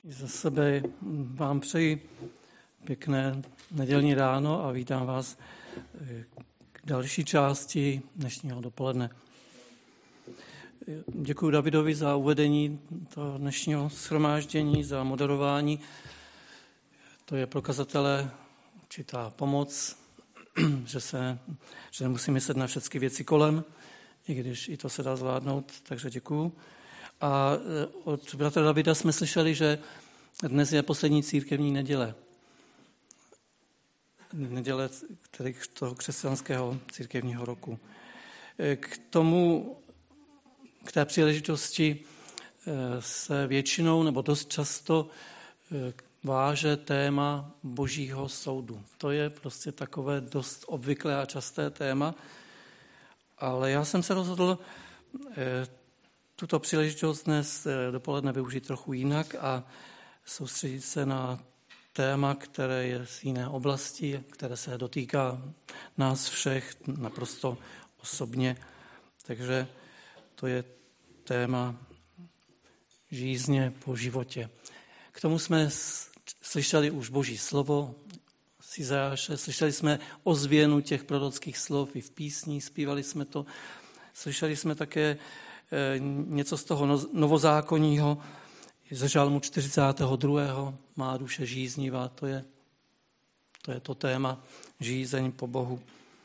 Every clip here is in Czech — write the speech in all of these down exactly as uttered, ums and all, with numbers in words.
Za sebe vám přeji pěkné nedělní ráno a vítám vás k další části dnešního dopoledne. Děkuji Davidovi za uvedení toho dnešního shromáždění, za moderování. To je pro kazatele určitá pomoc, že se že nemusím myslet na všechny věci kolem, i když i to se dá zvládnout, takže děkuji. A od bratra Davida jsme slyšeli, že dnes je poslední církevní neděle. Neděle toho křesťanského církevního roku. K tomu, k té příležitosti se většinou nebo dost často váže téma Božího soudu. To je prostě takové dost obvyklé a časté téma, ale já jsem se rozhodl tuto příležitost dnes dopoledne využít trochu jinak a soustředit se na téma, které je z jiné oblasti, které se dotýká nás všech naprosto osobně. Takže to je téma žízně po životě. K tomu jsme slyšeli už Boží slovo z Izajáše, slyšeli jsme ozvěnu těch prorockých slov i v písni, zpívali jsme to, slyšeli jsme také něco z toho novozákonního, ze žalmu čtyřicátého druhého Má duše žíznivá, to je, to je to téma žízeň po Bohu.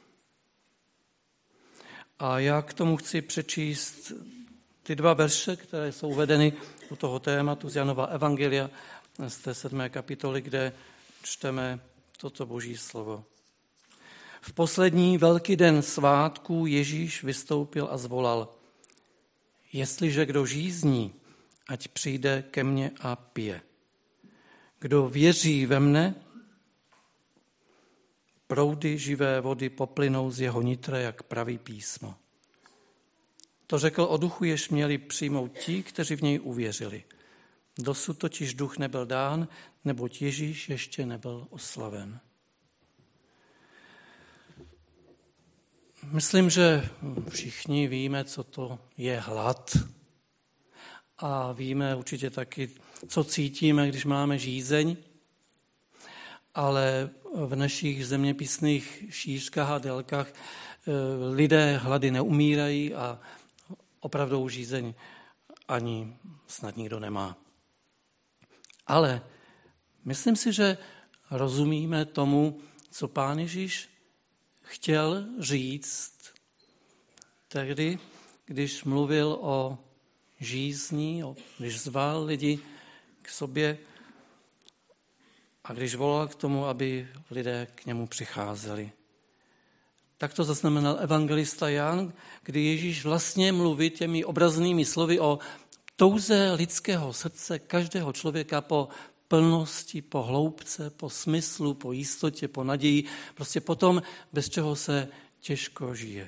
A já k tomu chci přečíst ty dva verše, které jsou uvedeny u toho tématu z Janova evangelia z té sedmé kapitoly, kde čteme toto Boží slovo. V poslední velký den svátků Ježíš vystoupil a zvolal: Jestliže kdo žízní, ať přijde ke mně a pije. Kdo věří ve mne, proudy živé vody poplynou z jeho nitra, jak praví písmo. To řekl o duchu, jež měli přijmout ti, kteří v něj uvěřili. Dosud totiž duch nebyl dán, neboť Ježíš ještě nebyl oslaven. Myslím, že všichni víme, co to je hlad. A víme určitě taky, co cítíme, když máme žízeň. Ale v našich zeměpisných šířkách a délkách lidé hlady neumírají a opravdovou žízeň ani snad nikdo nemá. Ale myslím si, že rozumíme tomu, co Pán Ježíš chtěl říct tehdy, když mluvil o žízní, když zval lidi k sobě a když volal k tomu, aby lidé k němu přicházeli. Tak to zaznamenal evangelista Jan, kdy Ježíš vlastně mluví těmi obraznými slovy o touze lidského srdce každého člověka po plnosti, po hloubce, po smyslu, po jistotě, po naději, prostě po tom, bez čeho se těžko žije.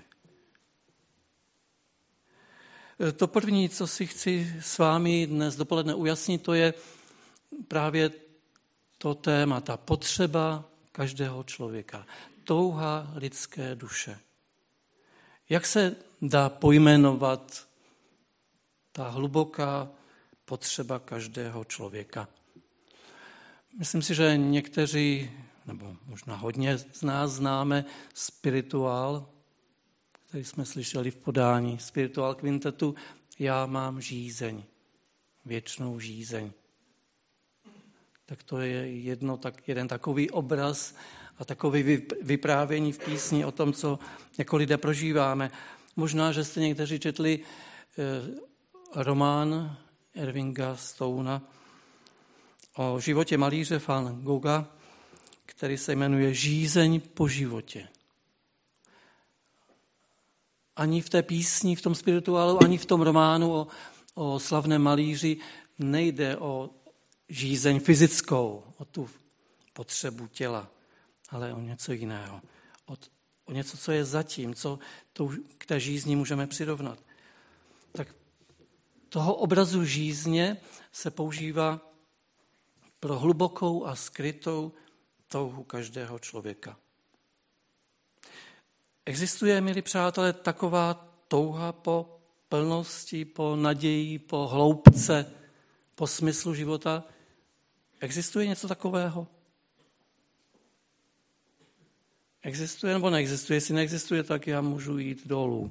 To první, co si chci s vámi dnes dopoledne ujasnit, to je právě to téma, ta potřeba každého člověka, touha lidské duše. Jak se dá pojmenovat ta hluboká potřeba každého člověka? Myslím si, že někteří, nebo možná hodně z nás známe spirituál, který jsme slyšeli v podání, spirituál kvintetu, já mám žízeň, věčnou žízeň. Tak to je jedno, tak, jeden takový obraz a takový vyprávění v písni o tom, co jako lidé prožíváme. Možná, že jste někteří četli eh, román Irvinga Stouna o životě malíře Van Gogha, který se jmenuje Žízeň po životě. Ani v té písni, v tom spirituálu, ani v tom románu o, o slavném malíři nejde o žízeň fyzickou, o tu potřebu těla, ale o něco jiného. O, o něco, co je zatím, co to, k té žízni můžeme přirovnat. Tak toho obrazu žízně se používá pro hlubokou a skrytou touhu každého člověka. Existuje, milí přátelé, taková touha po plnosti, po naději, po hloubce, po smyslu života, Existuje něco takového? Existuje nebo neexistuje? Jestli neexistuje, tak já můžu jít dolů.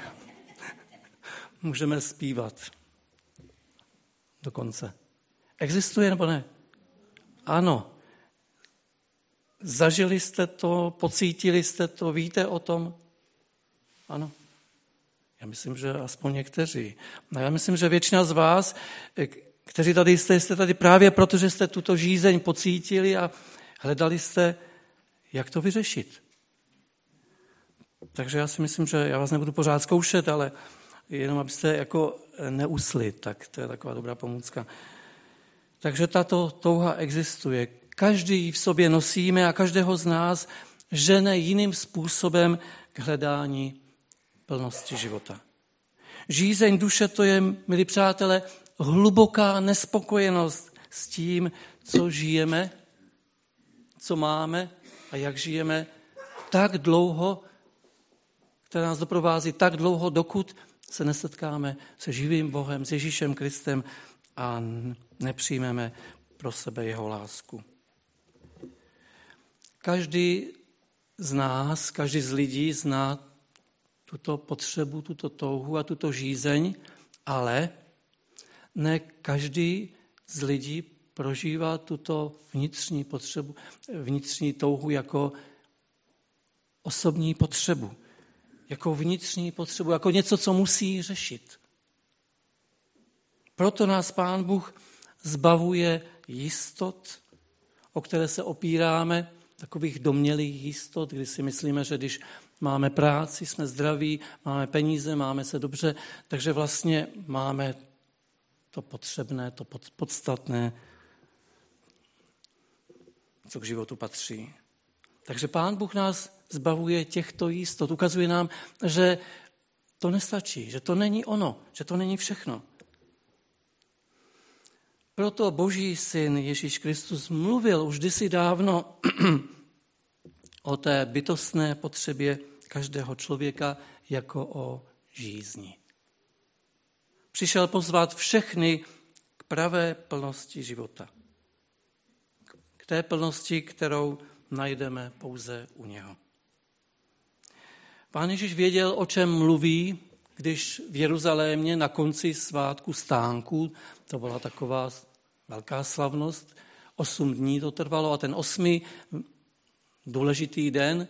Můžeme zpívat dokonce. Existuje nebo ne? Ano. Zažili jste to, pocítili jste to, víte o tom? Ano. Já myslím, že aspoň někteří. No já myslím, že většina z vás, kteří tady jste, jste tady právě proto, že jste tuto žízeň pocítili a hledali jste, jak to vyřešit. Takže já si myslím, že já vás nebudu pořád zkoušet, ale jenom abyste jako neusli, tak to je taková dobrá pomůcka. Takže tato touha existuje. Každý v sobě nosíme a každého z nás žene jiným způsobem k hledání plnosti života. Žízeň duše to je, milí přátelé, hluboká nespokojenost s tím, co žijeme, co máme a jak žijeme tak dlouho, která nás doprovází tak dlouho, dokud se nesetkáme se živým Bohem, s Ježíšem Kristem a nepřijmeme pro sebe jeho lásku. Každý z nás, každý z lidí zná tuto potřebu, tuto touhu a tuto žízeň, ale ne každý z lidí prožívá tuto vnitřní potřebu, vnitřní touhu jako osobní potřebu, jako vnitřní potřebu, jako něco, co musí řešit. Proto nás Pán Bůh zbavuje jistot, o které se opíráme, takových domnělých jistot, kdy si myslíme, že když máme práci, jsme zdraví, máme peníze, máme se dobře, takže vlastně máme to potřebné, to podstatné, co k životu patří. Takže Pán Bůh nás zbavuje těchto jistot, ukazuje nám, že to nestačí, že to není ono, že to není všechno. Proto Boží syn Ježíš Kristus mluvil už kdysi dávno o té bytostné potřebě každého člověka jako o žízni. Přišel pozvat všechny k pravé plnosti života. K té plnosti, kterou najdeme pouze u něho. Pán Ježíš věděl, o čem mluví, když v Jeruzalémě na konci svátku stánků, to byla taková velká slavnost, osm dní to trvalo a ten osmý důležitý den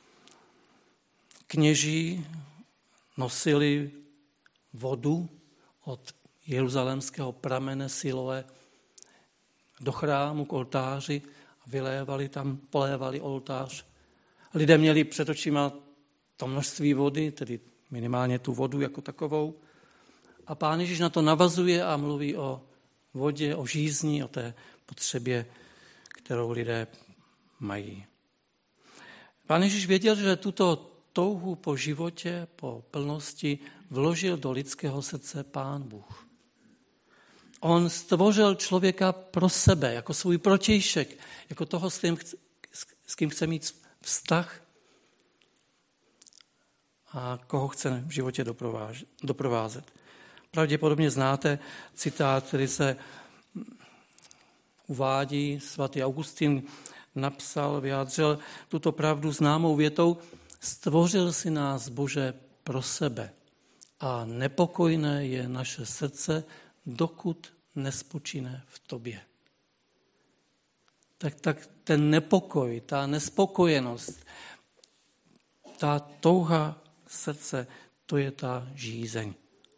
kněží nosili vodu od jeruzalémského pramene Siloe do chrámu k oltáři a vylévali tam, polévali oltář. Lidé měli před očima to množství vody, tedy minimálně tu vodu jako takovou. A Pán Ježíš na to navazuje a mluví o vodě, o žízni, o té potřebě, kterou lidé mají. Pán Ježíš věděl, že tuto touhu po životě, po plnosti vložil do lidského srdce Pán Bůh. On stvořil člověka pro sebe, jako svůj protějšek, jako toho, s kým chce, s kým chce mít vztah a koho chce v životě doprovázet. Pravděpodobně znáte citát, který se uvádí, svatý Augustin napsal, vyjádřil tuto pravdu známou větou: stvořil si nás, Bože, pro sebe a nepokojné je naše srdce, dokud nespočine v tobě. Tak, tak ten nepokoj, ta nespokojenost, ta touha srdce, to je ta žízeň.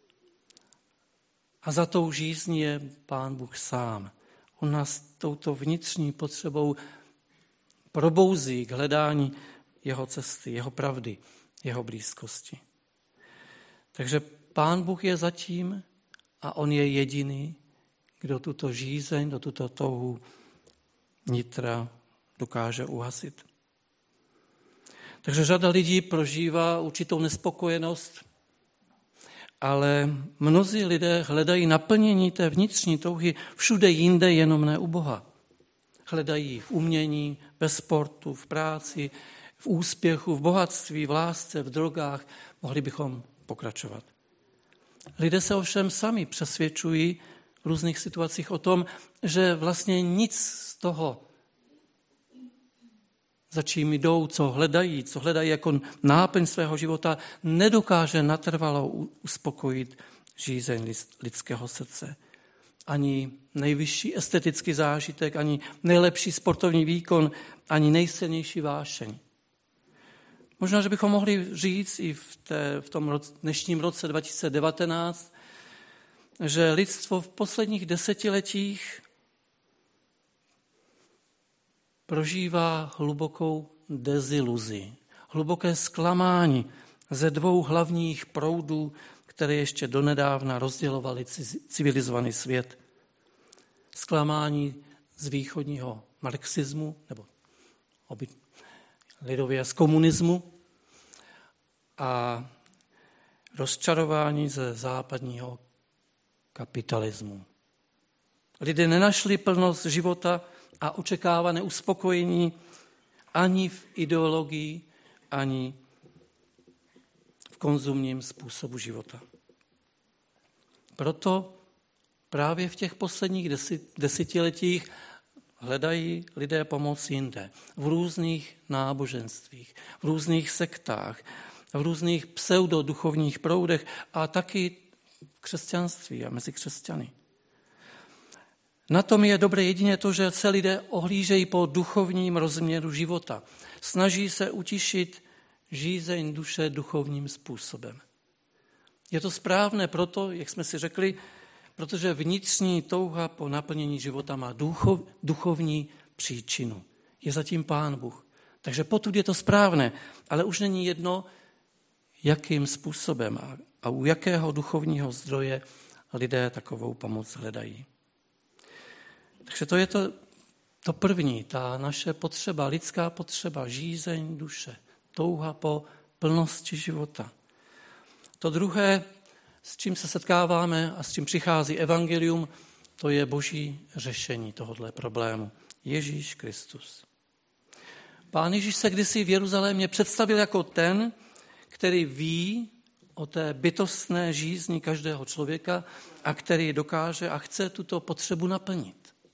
A za tou žízní je Pán Bůh sám. On nás touto vnitřní potřebou probouzí k hledání jeho cesty, jeho pravdy, jeho blízkosti. Takže Pán Bůh je zatím a on je jediný, kdo tuto žízeň, kdo tuto touhu nitra dokáže uhasit. Takže řada lidí prožívá určitou nespokojenost, ale mnozí lidé hledají naplnění té vnitřní touhy všude jinde, jenom ne u Boha. Hledají v umění, ve sportu, v práci, v úspěchu, v bohatství, v lásce, v drogách. Mohli bychom pokračovat. Lidé se ovšem sami přesvědčují v různých situacích o tom, že vlastně nic toho, za čím jdou, co hledají, co hledají jako náplň svého života, nedokáže natrvalo uspokojit žízeň lidského srdce. Ani nejvyšší estetický zážitek, ani nejlepší sportovní výkon, ani nejsilnější vášeň. Možná, že bychom mohli říct i v, té, v tom roce, dnešním roce dva tisíce devatenáct, že lidstvo v posledních desetiletích prožívá hlubokou deziluzi, hluboké zklamání ze dvou hlavních proudů, které ještě donedávna rozdělovaly civilizovaný svět. Zklamání z východního marxismu, nebo lidově z komunismu, a rozčarování ze západního kapitalismu. Lidé nenašli plnost života a očekávané uspokojení ani v ideologii, ani v konzumním způsobu života. Proto právě v těch posledních desetiletích hledají lidé pomoc jinde. V různých náboženstvích, v různých sektách, v různých pseudoduchovních proudech a taky v křesťanství a mezi křesťany. Na tom je dobré jedině to, že se lidé ohlížejí po duchovním rozměru života. Snaží se utišit žízeň duše duchovním způsobem. Je to správné proto, jak jsme si řekli, protože vnitřní touha po naplnění života má duchov, duchovní příčinu. Je zatím Pán Bůh. Takže potud je to správné, ale už není jedno, jakým způsobem a, a u jakého duchovního zdroje lidé takovou pomoc hledají. Takže to je to, to první, ta naše potřeba, lidská potřeba, žízeň duše, touha po plnosti života. To druhé, s čím se setkáváme a s čím přichází evangelium, to je boží řešení tohoto problému. Ježíš Kristus. Pán Ježíš se kdysi v Jeruzalémě představil jako ten, který ví o té bytostné žízni každého člověka a který dokáže a chce tuto potřebu naplnit.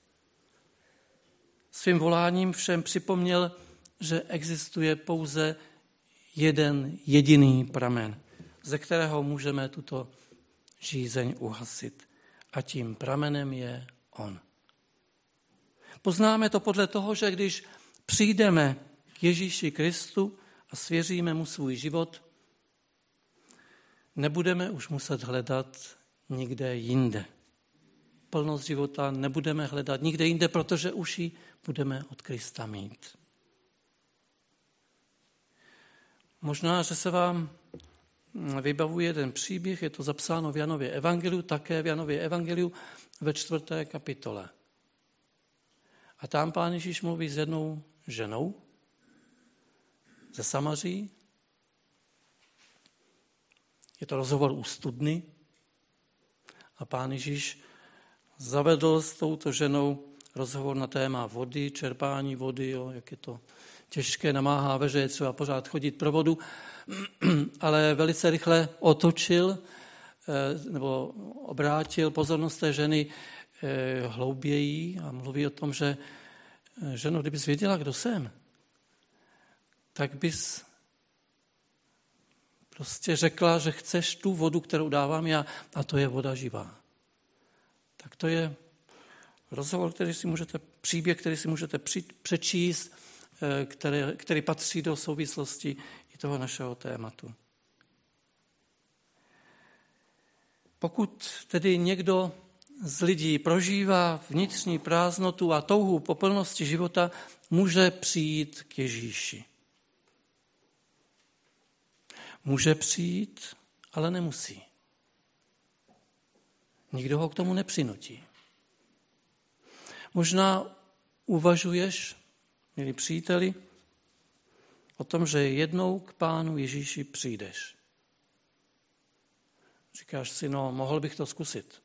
Svým voláním všem připomněl, že existuje pouze jeden jediný pramen, ze kterého můžeme tuto žízeň uhasit. A tím pramenem je on. Poznáme to podle toho, že když přijdeme k Ježíši Kristu a svěříme mu svůj život, nebudeme už muset hledat nikde jinde. Plnost života nebudeme hledat nikde jinde, protože už ji budeme od Krista mít. Možná, že se vám vybavuje jeden příběh, je to zapsáno v Janově evangeliu, také v Janově evangeliu ve čtvrté kapitole. A tam Pán Ježíš mluví s jednou ženou ze Samaří. Je to rozhovor u studny a Pán Ježíš zavedl s touto ženou rozhovor na téma vody, čerpání vody, jo, jak je to těžké, namáhavé, že je třeba pořád chodit pro vodu, ale velice rychle otočil nebo obrátil pozornost té ženy hlouběji a mluví o tom, že ženo, kdybys věděla, kdo jsem, tak bys prostě řekla, že chceš tu vodu, kterou dávám já, a to je voda živá. Tak to je rozhovor, který si můžete, příběh, který si můžete přečíst, který, který patří do souvislosti i toho našeho tématu. Pokud tedy někdo z lidí prožívá vnitřní prázdnotu a touhu po plnosti života, může přijít k Ježíši. Může přijít, ale nemusí. Nikdo ho k tomu nepřinutí. Možná uvažuješ, milí příteli, o tom, že jednou k Pánu Ježíši přijdeš. Říkáš si, no, mohl bych to zkusit.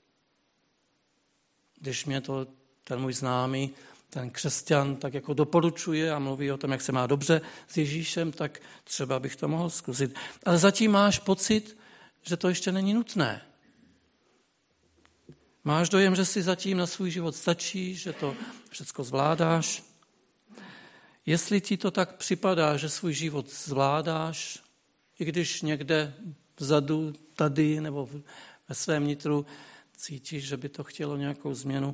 Když mě to ten můj známý, ten křesťan tak jako doporučuje a mluví o tom, jak se má dobře s Ježíšem, tak třeba bych to mohl zkusit. Ale zatím máš pocit, že to ještě není nutné. Máš dojem, že si zatím na svůj život stačí, že to všechno zvládáš? Jestli ti to tak připadá, že svůj život zvládáš, i když někde vzadu, tady nebo ve svém nitru cítíš, že by to chtělo nějakou změnu,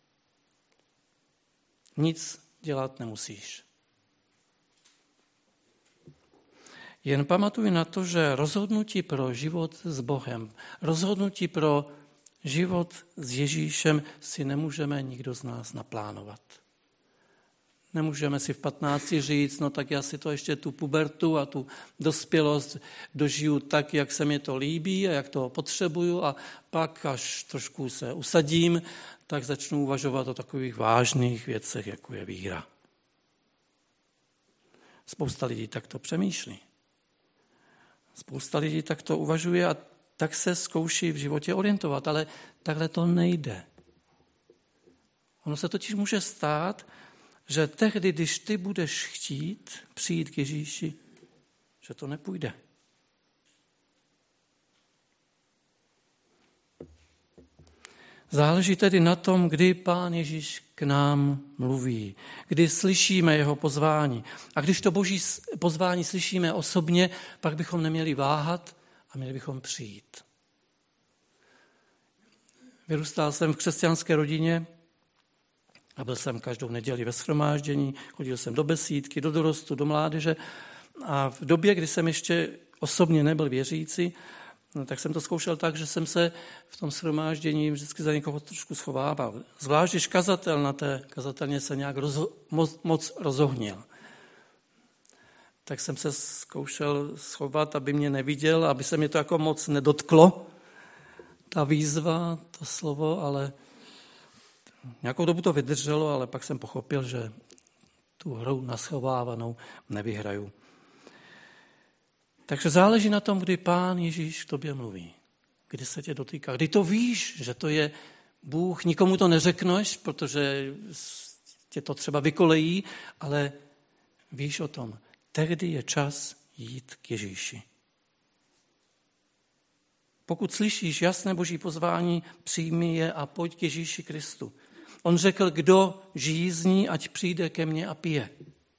nic dělat nemusíš. Jen pamatuj na to, že rozhodnutí pro život s Bohem, rozhodnutí pro život s Ježíšem si nemůžeme nikdo z nás naplánovat. Nemůžeme si v patnácti říct, no tak já si to ještě tu pubertu a tu dospělost dožiju tak, jak se mi to líbí a jak to potřebuju a pak, až trošku se usadím, tak začnu uvažovat o takových vážných věcech, jako je víra. Spousta lidí takto přemýšlí. Spousta lidí takto uvažuje a tak se zkouší v životě orientovat, ale takhle to nejde. Ono se totiž může stát, že tehdy, když ty budeš chtít přijít k Ježíši, že to nepůjde. Záleží tedy na tom, kdy Pán Ježíš k nám mluví, kdy slyšíme jeho pozvání. A když to Boží pozvání slyšíme osobně, pak bychom neměli váhat a měli bychom přijít. Vyrůstal jsem v křesťanské rodině a byl jsem každou neděli ve shromáždění, chodil jsem do besídky, do dorostu, do mládeže a v době, kdy jsem ještě osobně nebyl věřící, no, tak jsem to zkoušel tak, že jsem se v tom shromáždění vždycky za někoho trošku schovával. Zvlášť, když kazatel na té kazatelně se nějak rozho- moc, moc rozohnil. Tak jsem se zkoušel schovat, aby mě neviděl, aby se mě to jako moc nedotklo, ta výzva, to slovo, ale nějakou dobu to vydrželo, ale pak jsem pochopil, že tu hru naschovávanou nevyhraju. Takže záleží na tom, kdy Pán Ježíš k tobě mluví, kdy se tě dotýká, kdy to víš, že to je Bůh, nikomu to neřekneš, protože tě to třeba vykolejí, ale víš o tom, tehdy je čas jít k Ježíši. Pokud slyšíš jasné Boží pozvání, přijmi je a pojď k Ježíši Kristu. On řekl, kdo žízní, ať přijde ke mně a pije.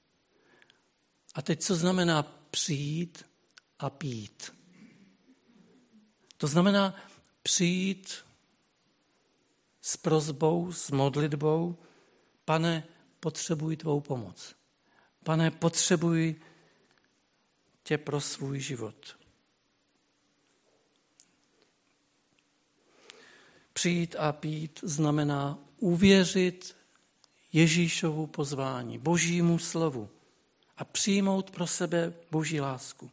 A teď co znamená přijít a pít? To znamená přijít s prosbou, s modlitbou, Pane, potřebuji tvou pomoc. Pane, potřebuji tě pro svůj život. Přijít a pít znamená uvěřit Ježíšovu pozvání, Božímu slovu a přijmout pro sebe Boží lásku.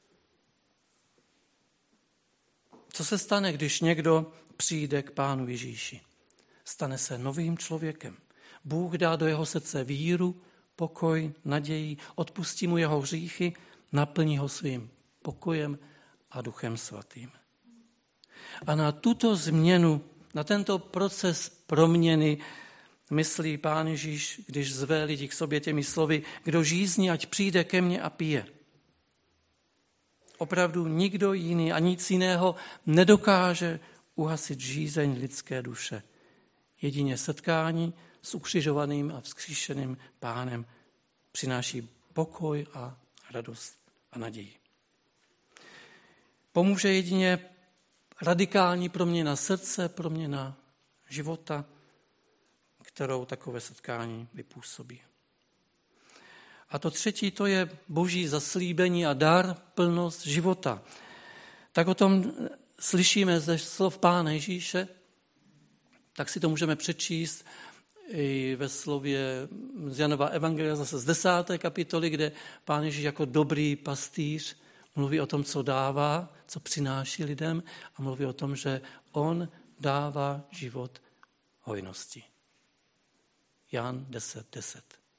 Co se stane, když někdo přijde k Pánu Ježíši? Stane se novým člověkem. Bůh dá do jeho srdce víru, pokoj, naději, odpustí mu jeho hříchy, naplní ho svým pokojem a Duchem Svatým. A na tuto změnu, na tento proces proměny myslí Pán Ježíš, když zve lidi k sobě těmi slovy, kdo žízní, ať přijde ke mně a pije. Opravdu nikdo jiný a nic jiného nedokáže uhasit žízeň lidské duše. Jedině setkání s ukřižovaným a vzkříšeným Pánem přináší pokoj a radost a naději. Pomůže jedině radikální proměna srdce, proměna života, kterou takové setkání vypůsobí. A to třetí, to je Boží zaslíbení a dar, plnost života. Tak o tom slyšíme ze slov Pána Ježíše, tak si to můžeme přečíst i ve slově z Janova evangelia, zase z desáté kapitoly, kde Pán Ježíš jako dobrý pastýř mluví o tom, co dává, co přináší lidem a mluví o tom, že on dává život hojnosti. Jan deset deset.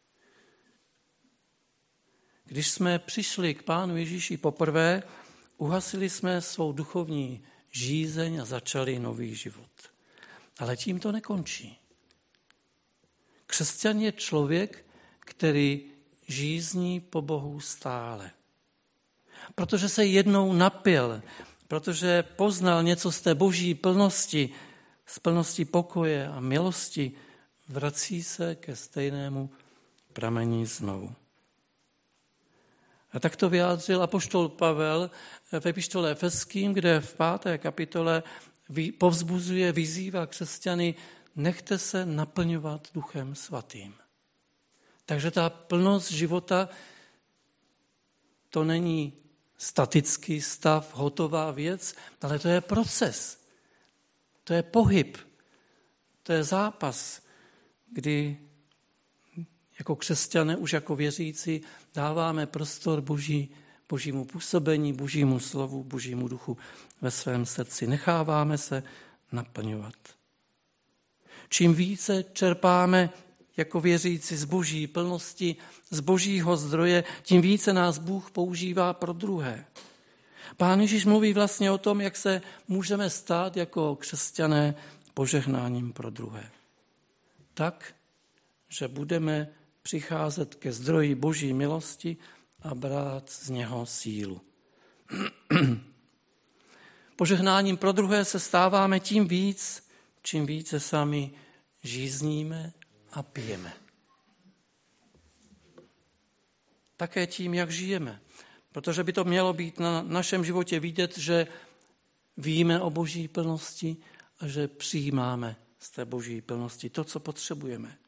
Když jsme přišli k Pánu Ježíši poprvé, uhasili jsme svou duchovní žízeň a začali nový život. Ale tím to nekončí. Křesťan je člověk, který žízní po Bohu stále. Protože se jednou napil, protože poznal něco z té boží plnosti, z plnosti pokoje a milosti vrací se ke stejnému pramení znovu. A tak to vyjádřil apoštol Pavel v epištole Efeským, kde v páté kapitole povzbuzuje, vyzývá křesťany, nechte se naplňovat Duchem Svatým. Takže ta plnost života, to není statický stav, hotová věc, ale to je proces, to je pohyb, to je zápas, kdy jako křesťané, už jako věřící, dáváme prostor Boží, Božímu působení, Božímu slovu, Božímu duchu ve svém srdci. Necháváme se naplňovat. Čím více čerpáme jako věřící z Boží plnosti, z Božího zdroje, tím více nás Bůh používá pro druhé. Pán Ježíš mluví vlastně o tom, jak se můžeme stát jako křesťané požehnáním pro druhé. Tak, že budeme přicházet ke zdroji Boží milosti a brát z něho sílu. Požehnáním pro druhé se stáváme tím víc, čím více sami žízníme a pijeme. Také tím, jak žijeme. Protože by to mělo být na našem životě vidět, že víme o Boží plnosti a že přijímáme z té Boží plnosti to, co potřebujeme.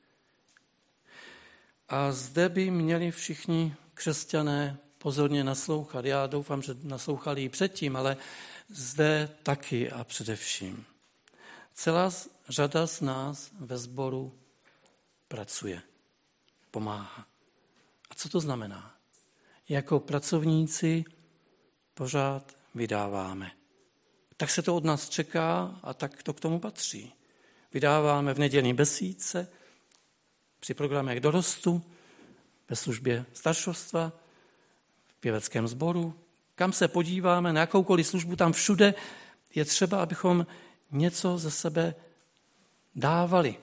A zde by měli všichni křesťané pozorně naslouchat. Já doufám, že naslouchali i předtím, ale zde taky a především. Celá řada z nás ve sboru pracuje, pomáhá. A co to znamená? Jako pracovníci pořád vydáváme. Tak se to od nás čeká a tak to k tomu patří. Vydáváme v nedělní besídce, při programech dorostu, ve službě staršovstva, v pěveckém sboru. Kam se podíváme, na jakoukoliv službu, tam všude je třeba, abychom něco ze sebe dávali.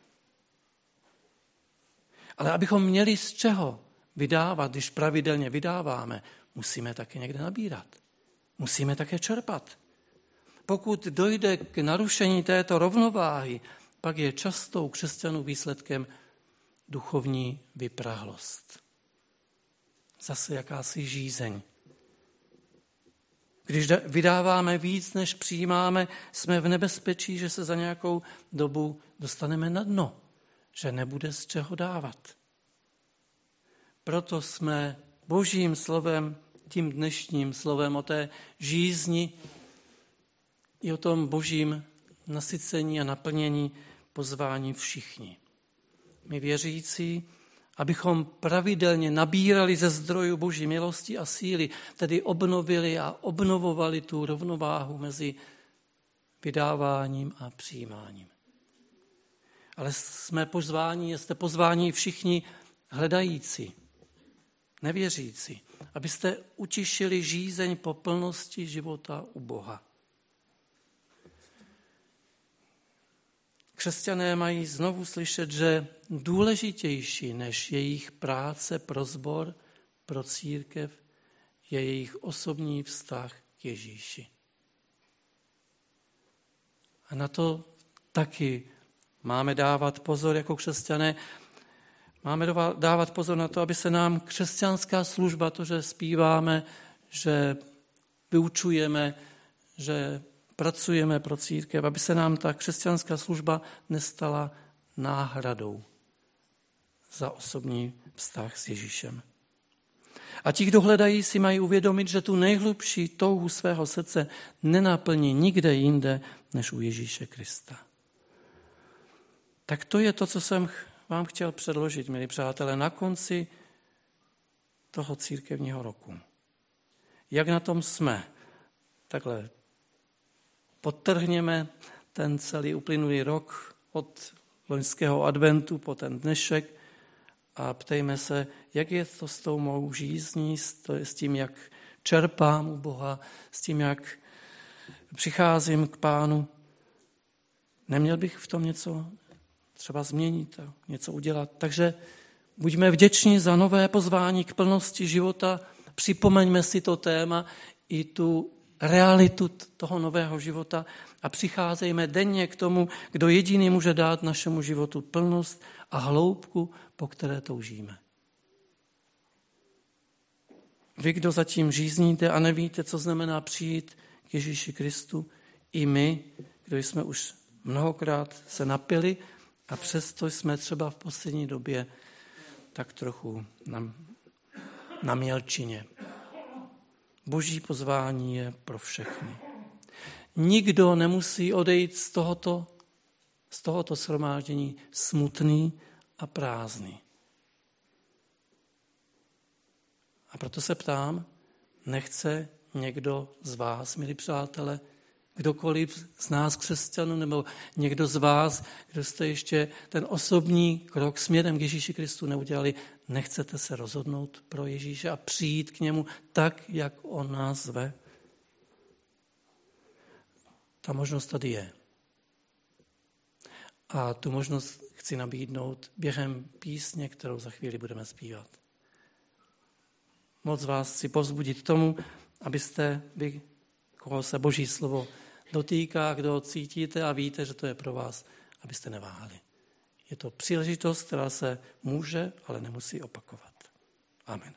Ale abychom měli z čeho vydávat, když pravidelně vydáváme, musíme také někde nabírat. Musíme také čerpat. Pokud dojde k narušení této rovnováhy, pak je často u křesťanů výsledkem duchovní vyprahlost. Zase jakási žízeň. Když vydáváme víc, než přijímáme, jsme v nebezpečí, že se za nějakou dobu dostaneme na dno, že nebude z čeho dávat. Proto jsme Božím slovem, tím dnešním slovem o té žízni i o tom Božím nasycení a naplnění pozvání všichni. My věřící, abychom pravidelně nabírali ze zdrojů Boží milosti a síly, tedy obnovili a obnovovali tu rovnováhu mezi vydáváním a přijímáním. Ale jsme pozváni, jste pozváni všichni hledající, nevěřící, abyste utišili žízeň po plnosti života u Boha. Křesťané mají znovu slyšet, že důležitější než jejich práce pro sbor, pro církev, je jejich osobní vztah k Ježíši. A na to taky máme dávat pozor jako křesťané. Máme dávat pozor na to, aby se nám křesťanská služba, to, že zpíváme, že vyučujeme, že pracujeme pro církev, aby se nám ta křesťanská služba nestala náhradou za osobní vztah s Ježíšem. A ti, kdo hledají, si mají uvědomit, že tu nejhlubší touhu svého srdce nenaplní nikde jinde, než u Ježíše Krista. Tak to je to, co jsem vám chtěl předložit, milí přátelé, na konci toho církevního roku. Jak na tom jsme? Takhle podtrhněme ten celý uplynulý rok od loňského adventu po ten dnešek a ptejme se, jak je to s tou mou žízní, s tím, jak čerpám u Boha, s tím, jak přicházím k Pánu. Neměl bych v tom něco třeba změnit a něco udělat. Takže buďme vděční za nové pozvání k plnosti života, připomeňme si to téma i tu realitu toho nového života a přicházejme denně k tomu, kdo jediný může dát našemu životu plnost a hloubku, po které toužíme. Vy, kdo zatím žízníte a nevíte, co znamená přijít k Ježíši Kristu, i my, kdo jsme už mnohokrát se napili a přesto jsme třeba v poslední době tak trochu na, na mělčině. Boží pozvání je pro všechny. Nikdo nemusí odejít z tohoto, z tohoto shromáždění smutný a prázdný. A proto se ptám, nechce někdo z vás, milí přátelé, kdokoliv z nás křesťanů, nebo někdo z vás, kdo jste ještě ten osobní krok směrem k Ježíši Kristu neudělali, nechcete se rozhodnout pro Ježíše a přijít k němu tak, jak on nás zve? Ta možnost tady je. A tu možnost chci nabídnout během písně, kterou za chvíli budeme zpívat. Moc vás chci povzbudit tomu, abyste vy, koho se Boží slovo dotýká, kdo ho cítíte a víte, že to je pro vás, abyste neváhali. Je to příležitost, která se může, ale nemusí opakovat. Amen.